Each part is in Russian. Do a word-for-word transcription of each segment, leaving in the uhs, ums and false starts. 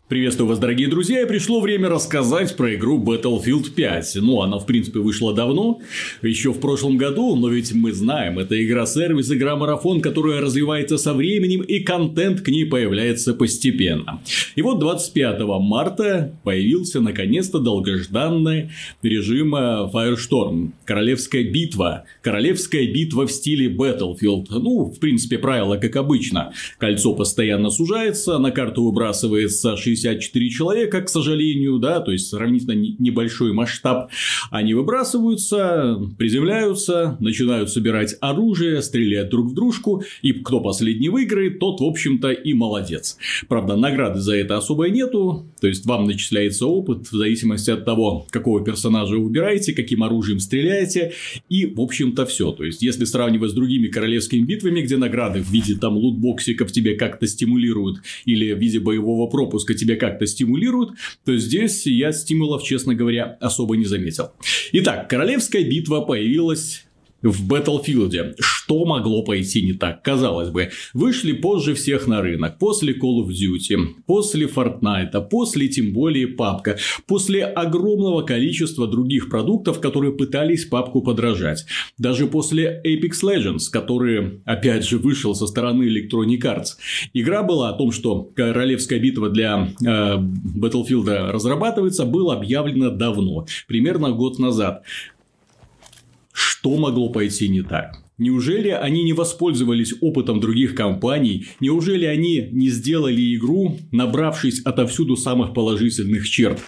Приветствую вас, дорогие друзья, и пришло время рассказать про игру Battlefield пять. Ну, она, в принципе, вышла давно, еще в прошлом году, но ведь мы знаем, это игра-сервис, игра-марафон, которая развивается со временем, и контент к ней появляется постепенно. И вот двадцать пятого марта появился, наконец-то, долгожданный режим Firestorm. Королевская битва. Королевская битва в стиле Battlefield. Ну, в принципе, правила как обычно. Кольцо постоянно сужается, на карту выбрасывается шестьдесят четыре человека, к сожалению, да, то есть сравнительно небольшой масштаб. Они выбрасываются, приземляются, начинают собирать оружие, стрелять друг в дружку, и кто последний выиграет, тот, в общем-то, и молодец. Правда, награды за это особой нету, то есть вам начисляется опыт в зависимости от того, какого персонажа вы выбираете, каким оружием стреляете, и, в общем-то, все. То есть, если сравнивать с другими королевскими битвами, где награды в виде там лутбоксиков тебе как-то стимулируют, или в виде боевого пропуска тебе как-то стимулируют, то здесь я стимулов, честно говоря, особо не заметил. Итак, королевская битва появилась в Battlefield. Что могло пойти не так? Казалось бы, вышли позже всех на рынок, после Call of Duty, после Fortnite, после тем более пабг, после огромного количества других продуктов, которые пытались пабгу подражать. Даже после Apex Legends, который, опять же, вышел со стороны Electronic Arts. Игра была о том, что королевская битва для э, Battlefield разрабатывается, было объявлено давно, примерно год назад. Что могло пойти не так? Неужели они не воспользовались опытом других компаний? Неужели они не сделали игру, набравшись отовсюду самых положительных черт?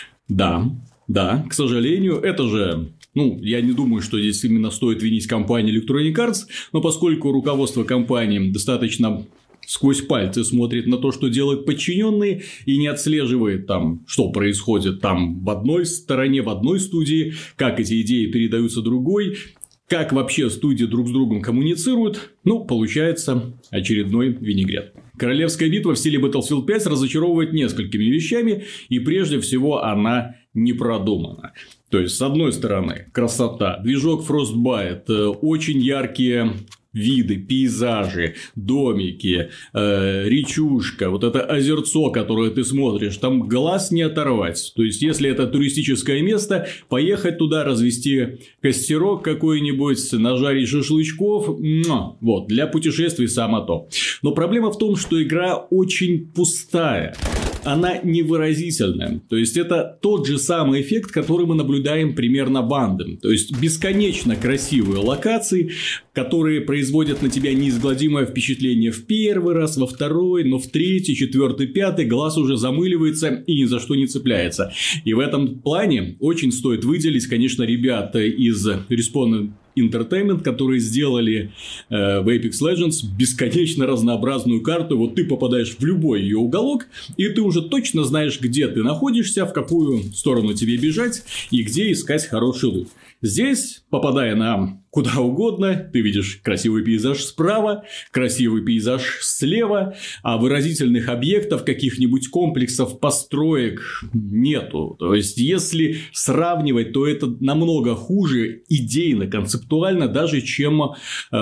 Да, да, к сожалению, это же... Ну, я не думаю, что здесь именно стоит винить компанию Electronic Arts, но поскольку руководство компании достаточно... сквозь пальцы смотрит на то, что делают подчиненные, и не отслеживает там, что происходит там в одной стороне, в одной студии, как эти идеи передаются другой, как вообще студии друг с другом коммуницируют. Ну, получается очередной винегрет. Королевская битва в стиле Battlefield пять разочаровывает несколькими вещами, и прежде всего она не продумана. То есть, с одной стороны, красота, движок Frostbite, очень яркие... виды, пейзажи, домики, э, речушка, вот это озерцо, которое ты смотришь, там глаз не оторвать. То есть, если это туристическое место, поехать туда, развести костерок какой-нибудь, нажарить шашлычков, ну, вот, для путешествий само то. Но проблема в том, что игра очень пустая. Она невыразительная. То есть, это тот же самый эффект, который мы наблюдаем примерно в Anthem. То есть, бесконечно красивые локации, которые производят на тебя неизгладимое впечатление в первый раз, во второй, но в третий, четвертый, пятый глаз уже замыливается и ни за что не цепляется. И в этом плане очень стоит выделить, конечно, ребята из Respawn Entertainment, которые сделали э, в Apex Legends бесконечно разнообразную карту. Вот ты попадаешь в любой ее уголок, и ты уже точно знаешь, где ты находишься, в какую сторону тебе бежать и где искать хороший лут. Здесь, попадая на куда угодно, ты видишь красивый пейзаж справа, красивый пейзаж слева, а выразительных объектов, каких-нибудь комплексов, построек нету. То есть, если сравнивать, то это намного хуже идейно, концептуально, даже чем э,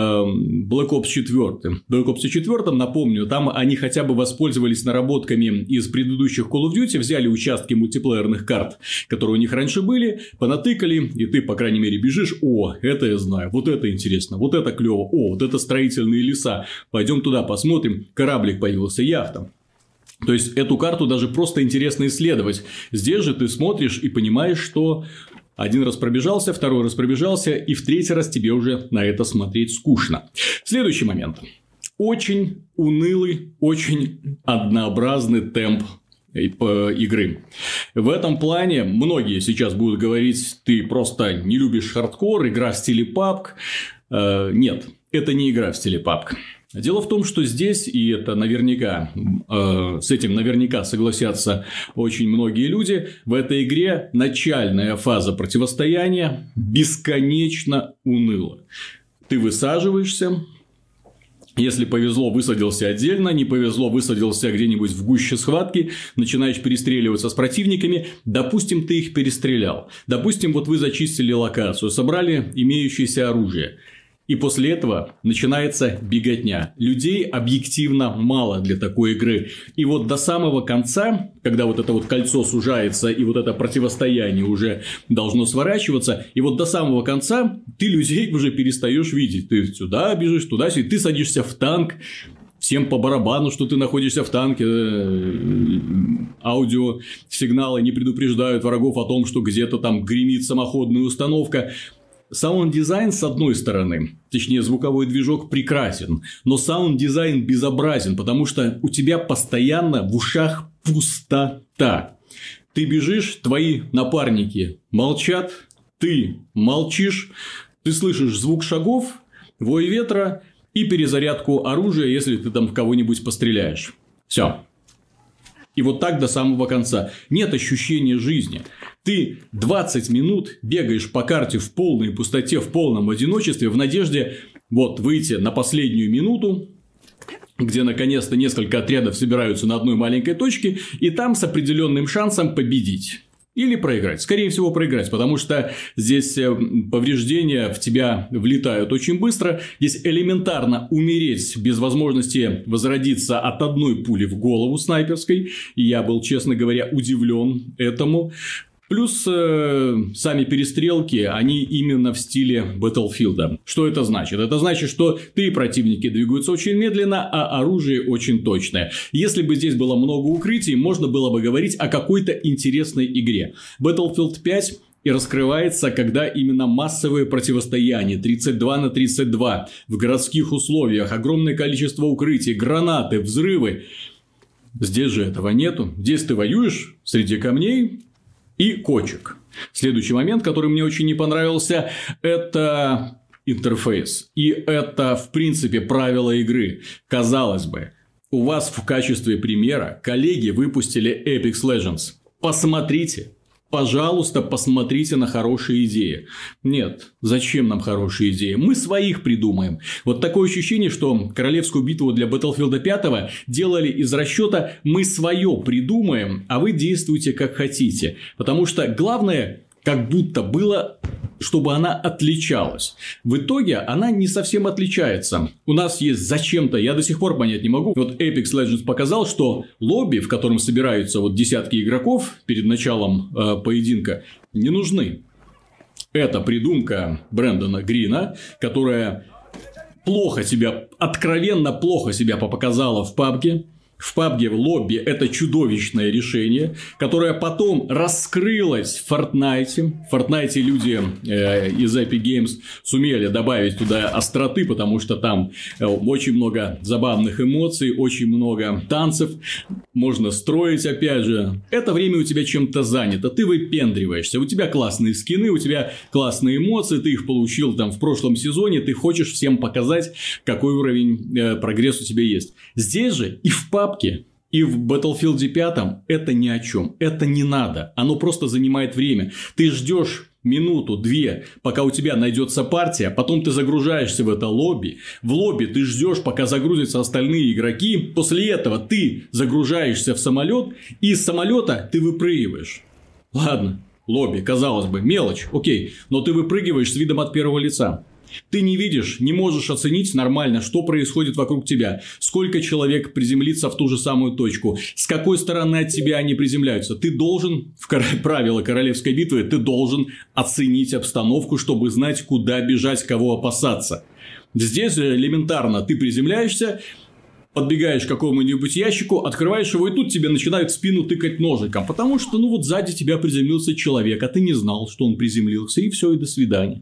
Black Ops четыре. В Black Ops четыре, напомню, там они хотя бы воспользовались наработками из предыдущих Call of Duty, взяли участки мультиплеерных карт, которые у них раньше были, понатыкали, и ты, по крайней мере, бежишь, о, это я знаю. Вот это интересно, вот это клево, о, вот это строительные леса, пойдем туда посмотрим, кораблик появился, яхта. То есть, эту карту даже просто интересно исследовать. Здесь же ты смотришь и понимаешь, что один раз пробежался, второй раз пробежался, и в третий раз тебе уже на это смотреть скучно. Следующий момент. Очень унылый, очень однообразный темп игры. В этом плане многие сейчас будут говорить, ты просто не любишь хардкор, игра в стиле пабг. Э, нет, это не игра в стиле пабг. Дело в том, что здесь, и это наверняка, э, с этим наверняка согласятся очень многие люди, в этой игре начальная фаза противостояния бесконечно уныла. Ты высаживаешься. Если повезло, высадился отдельно, не повезло, высадился где-нибудь в гуще схватки, начинаешь перестреливаться с противниками, допустим, ты их перестрелял, допустим, вот вы зачистили локацию, собрали имеющееся оружие. И после этого начинается беготня. Людей объективно мало для такой игры. И вот до самого конца, когда вот это вот кольцо сужается и вот это противостояние уже должно сворачиваться, и вот до самого конца ты людей уже перестаешь видеть. Ты сюда бежишь, туда, сюда, ты садишься в танк. Всем по барабану, что ты находишься в танке. Аудиосигналы не предупреждают врагов о том, что где-то там гремит самоходная установка. Саунд-дизайн, с одной стороны, точнее, звуковой движок прекрасен, но саунд-дизайн безобразен, потому что у тебя постоянно в ушах пустота. Ты бежишь, твои напарники молчат, ты молчишь, ты слышишь звук шагов, вой ветра и перезарядку оружия, если ты там в кого-нибудь постреляешь. Все. И вот так до самого конца. Нет ощущения жизни. Ты двадцать минут бегаешь по карте в полной пустоте, в полном одиночестве, в надежде вот выйти на последнюю минуту, где наконец-то несколько отрядов собираются на одной маленькой точке, и там с определенным шансом победить. Или проиграть. Скорее всего, проиграть, потому что здесь повреждения в тебя влетают очень быстро. Здесь элементарно умереть без возможности возродиться от одной пули в голову снайперской. И я был, честно говоря, удивлен этому. Плюс э, сами перестрелки, они именно в стиле Battlefield. Что это значит? Это значит, что ты и противники двигаются очень медленно, а оружие очень точное. Если бы здесь было много укрытий, можно было бы говорить о какой-то интересной игре. Battlefield пять и раскрывается, когда именно массовое противостояние тридцать два на тридцать два в городских условиях, огромное количество укрытий, гранаты, взрывы. Здесь же этого нету. Здесь ты воюешь среди камней и кочек. Следующий момент, который мне очень не понравился, это интерфейс. И это, в принципе, правила игры. Казалось бы, у вас в качестве примера коллеги выпустили Apex Legends. Посмотрите. Пожалуйста, посмотрите на хорошие идеи. Нет, зачем нам хорошие идеи? Мы своих придумаем. Вот такое ощущение, что королевскую битву для Battlefield пять делали из расчета «мы свое придумаем, а вы действуйте как хотите». Потому что главное, как будто было, чтобы она отличалась. В итоге она не совсем отличается. У нас есть зачем-то, я до сих пор понять не могу. Вот Apex Legends показал, что лобби, в котором собираются вот десятки игроков перед началом э, поединка, не нужны. Это придумка Брэндона Грина, которая плохо себя, откровенно плохо себя показала в пабге. В пабге в лобби это чудовищное решение, которое потом раскрылось в Fortnite. В Fortnite люди э, из Epic Games сумели добавить туда остроты, потому что там э, очень много забавных эмоций, очень много танцев. Можно строить, опять же. Это время у тебя чем-то занято, ты выпендриваешься. У тебя классные скины, у тебя классные эмоции, ты их получил там в прошлом сезоне, ты хочешь всем показать, какой уровень э, прогресса у тебя есть. Здесь же и в пабге, и в Battlefield пять это ни о чем. Это не надо. Оно просто занимает время. Ты ждешь минуту-две, пока у тебя найдется партия, потом ты загружаешься в это лобби. В лобби ты ждешь, пока загрузятся остальные игроки. После этого ты загружаешься в самолет, и из самолета ты выпрыгиваешь. Ладно, лобби, казалось бы, мелочь, окей, но ты выпрыгиваешь с видом от первого лица. Ты не видишь, не можешь оценить нормально, что происходит вокруг тебя. Сколько человек приземлится в ту же самую точку. С какой стороны от тебя они приземляются. Ты должен, в правила королевской битвы, ты должен оценить обстановку, чтобы знать, куда бежать, кого опасаться. Здесь элементарно. Ты приземляешься, подбегаешь к какому-нибудь ящику, открываешь его, и тут тебе начинают в спину тыкать ножиком. Потому что, ну вот сзади тебя приземлился человек, а ты не знал, что он приземлился. И все, и до свидания.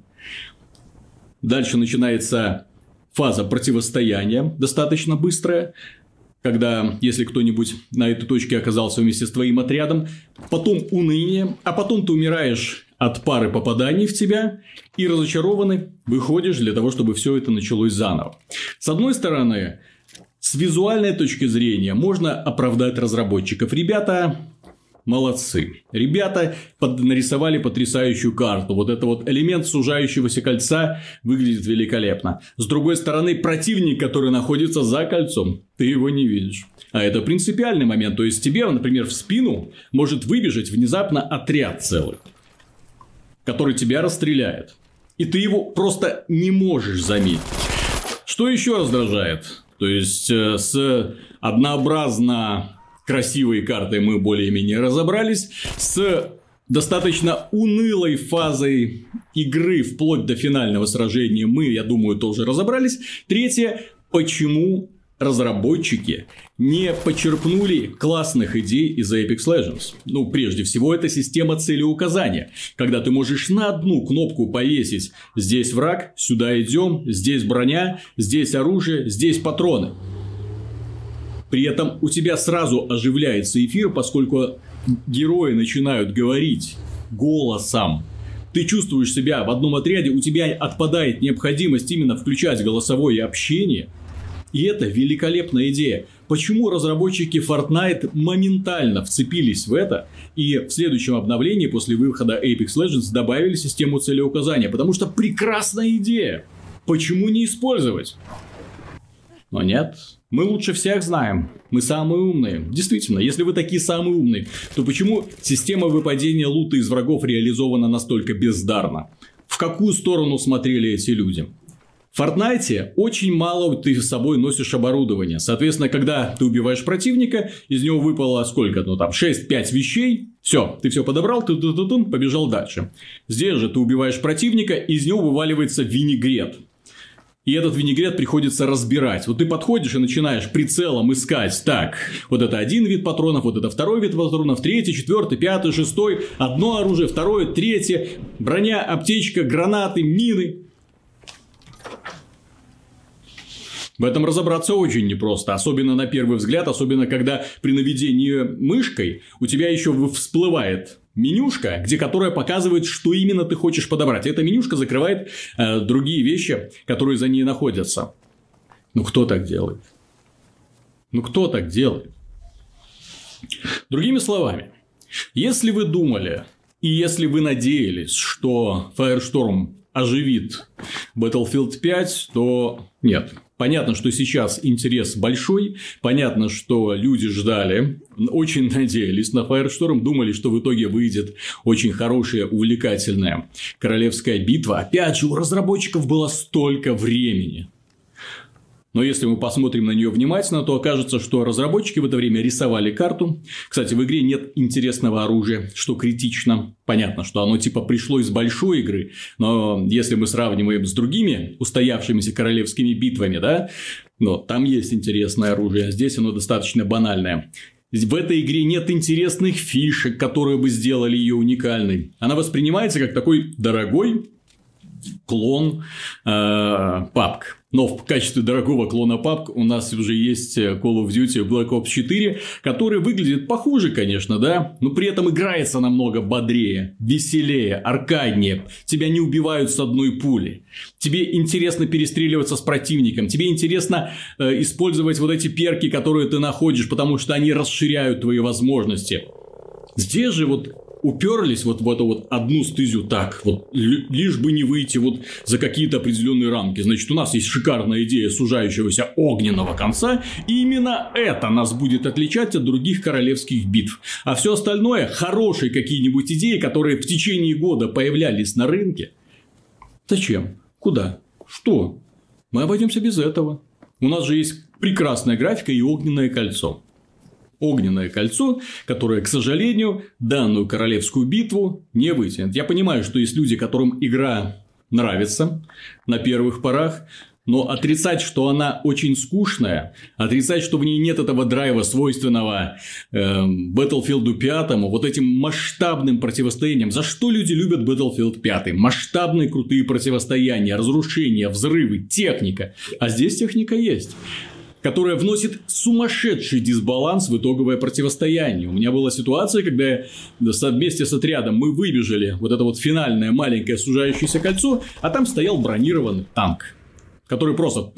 Дальше начинается фаза противостояния, достаточно быстрая, когда, если кто-нибудь на этой точке оказался вместе с твоим отрядом, потом уныние, а потом ты умираешь от пары попаданий в тебя и разочарованный выходишь для того, чтобы все это началось заново. С одной стороны, с визуальной точки зрения можно оправдать разработчиков. Ребята молодцы. Ребята под... нарисовали потрясающую карту. Вот это вот элемент сужающегося кольца выглядит великолепно. С другой стороны, противник, который находится за кольцом, ты его не видишь. А это принципиальный момент. То есть тебе, например, в спину может выбежать внезапно отряд целый, который тебя расстреляет. И ты его просто не можешь заметить. Что еще раздражает? То есть, с однообразно красивой картой мы более-менее разобрались. С достаточно унылой фазой игры вплоть до финального сражения мы, я думаю, тоже разобрались. Третье. Почему разработчики не почерпнули классных идей из Apex Legends? Ну, прежде всего, это система целеуказания. Когда ты можешь на одну кнопку повесить: здесь враг, сюда идем, здесь броня, здесь оружие, здесь патроны. При этом у тебя сразу оживляется эфир, поскольку герои начинают говорить голосом. Ты чувствуешь себя в одном отряде, у тебя отпадает необходимость именно включать голосовое общение. И это великолепная идея. Почему разработчики Fortnite моментально вцепились в это и в следующем обновлении после выхода Apex Legends добавили систему целеуказания? Потому что прекрасная идея. Почему не использовать? Но нет. Мы лучше всех знаем. Мы самые умные. Действительно, если вы такие самые умные, то почему система выпадения лута из врагов реализована настолько бездарно? В какую сторону смотрели эти люди? В Fortnite очень мало ты с собой носишь оборудования. Соответственно, когда ты убиваешь противника, из него выпало сколько? Ну там шесть-пять вещей. Все, ты все подобрал, ты -ты -ты -ты, побежал дальше. Здесь же ты убиваешь противника, из него вываливается винегрет. И этот винегрет приходится разбирать. Вот ты подходишь и начинаешь прицелом искать. Так, вот это один вид патронов, вот это второй вид патронов, третий, четвертый, пятый, шестой. Одно оружие, второе, третье. Броня, аптечка, гранаты, мины. В этом разобраться очень непросто. Особенно на первый взгляд. Особенно когда при наведении мышкой у тебя еще всплывает менюшка, где которая показывает, что именно ты хочешь подобрать. Эта менюшка закрывает э, другие вещи, которые за ней находятся. Ну, кто так делает? Ну, кто так делает? Другими словами, если вы думали и если вы надеялись, что Firestorm оживит Battlefield пять, то нет. Понятно, что сейчас интерес большой, понятно, что люди ждали, очень надеялись на Firestorm, думали, что в итоге выйдет очень хорошая, увлекательная королевская битва. Опять же, у разработчиков было столько времени. Но если мы посмотрим на нее внимательно, то окажется, что разработчики в это время рисовали карту. Кстати, в игре нет интересного оружия, что критично. Понятно, что оно типа пришло из большой игры, но если мы сравниваем с другими устоявшимися королевскими битвами, да, но там есть интересное оружие, а здесь оно достаточно банальное. В этой игре нет интересных фишек, которые бы сделали ее уникальной. Она воспринимается как такой дорогой клон э, пабг. Но в качестве дорогого клона пабг у нас уже есть Call of Duty Black Ops четыре, который выглядит похуже, конечно, да, но при этом играется намного бодрее, веселее, аркаднее. Тебя не убивают с одной пули. Тебе интересно перестреливаться с противником. Тебе интересно э, использовать вот эти перки, которые ты находишь, потому что они расширяют твои возможности. Здесь же вот уперлись вот в эту вот одну стезю, так, вот, лишь бы не выйти вот за какие-то определенные рамки. Значит, у нас есть шикарная идея сужающегося огненного конца, и именно это нас будет отличать от других королевских битв. А все остальное, хорошие какие-нибудь идеи, которые в течение года появлялись на рынке. Зачем? Куда? Что? Мы обойдемся без этого. У нас же есть прекрасная графика и огненное кольцо. Огненное кольцо, которое, к сожалению, данную королевскую битву не вытянет. Я понимаю, что есть люди, которым игра нравится на первых порах, но отрицать, что она очень скучная, отрицать, что в ней нет этого драйва, свойственного э, Battlefield пять, вот этим масштабным противостоянием. За что люди любят Battlefield пять? Масштабные крутые противостояния, разрушения, взрывы, техника. А здесь техника есть, которая вносит сумасшедший дисбаланс в итоговое противостояние. У меня была ситуация, когда я вместе с отрядом мы выбежали вот это вот финальное маленькое сужающееся кольцо, а там стоял бронированный танк, который просто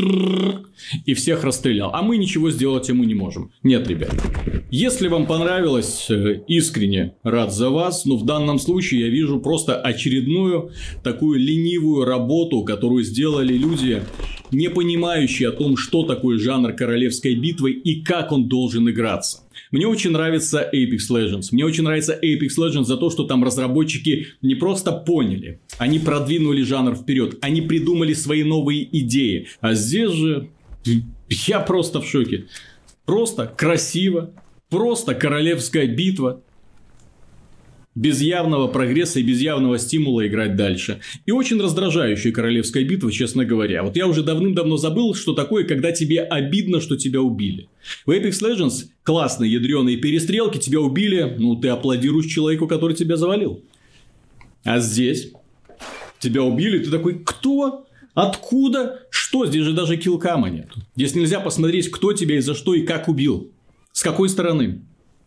и всех расстрелял. А мы ничего сделать ему не можем. Нет, ребят. Если вам понравилось, искренне рад за вас. Но в данном случае я вижу просто очередную такую ленивую работу, которую сделали люди, не понимающие о том, что такое жанр королевской битвы и как он должен играться. Мне очень нравится Apex Legends. Мне очень нравится Apex Legends за то, что там разработчики не просто поняли, они продвинули жанр вперед, они придумали свои новые идеи. А здесь же я просто в шоке. Просто красиво, просто королевская битва. Без явного прогресса и без явного стимула играть дальше. И очень раздражающая королевская битва, честно говоря. Вот я уже давным-давно забыл, что такое, когда тебе обидно, что тебя убили. В Apex Legends классные ядреные перестрелки, тебя убили, ну ты аплодируешь человеку, который тебя завалил. А здесь тебя убили, ты такой, кто? Откуда? Что? Здесь же даже киллкама нет. Здесь нельзя посмотреть, кто тебя и за что и как убил. С какой стороны.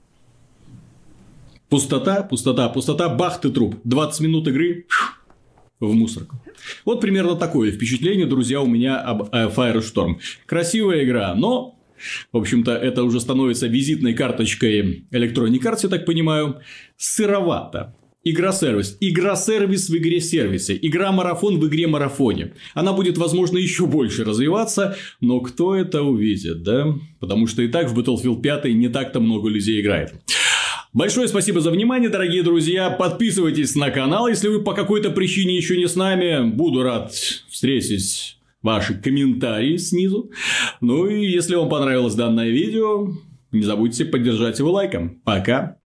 Пустота, пустота, пустота, бах, ты труп. двадцать минут игры в мусорку. Вот примерно такое впечатление, друзья, у меня об Firestorm. Красивая игра, но, в общем-то, это уже становится визитной карточкой Electronic Arts, я так понимаю. Сыровато. Игра-сервис. Игра-сервис в игре-сервисе. Игра-марафон в игре-марафоне. Она будет, возможно, еще больше развиваться, но кто это увидит, да? Потому что и так в Battlefield пять не так-то много людей играет. Большое спасибо за внимание, дорогие друзья. Подписывайтесь на канал, если вы по какой-то причине еще не с нами. Буду рад встретить ваши комментарии снизу. Ну и если вам понравилось данное видео, не забудьте поддержать его лайком. Пока.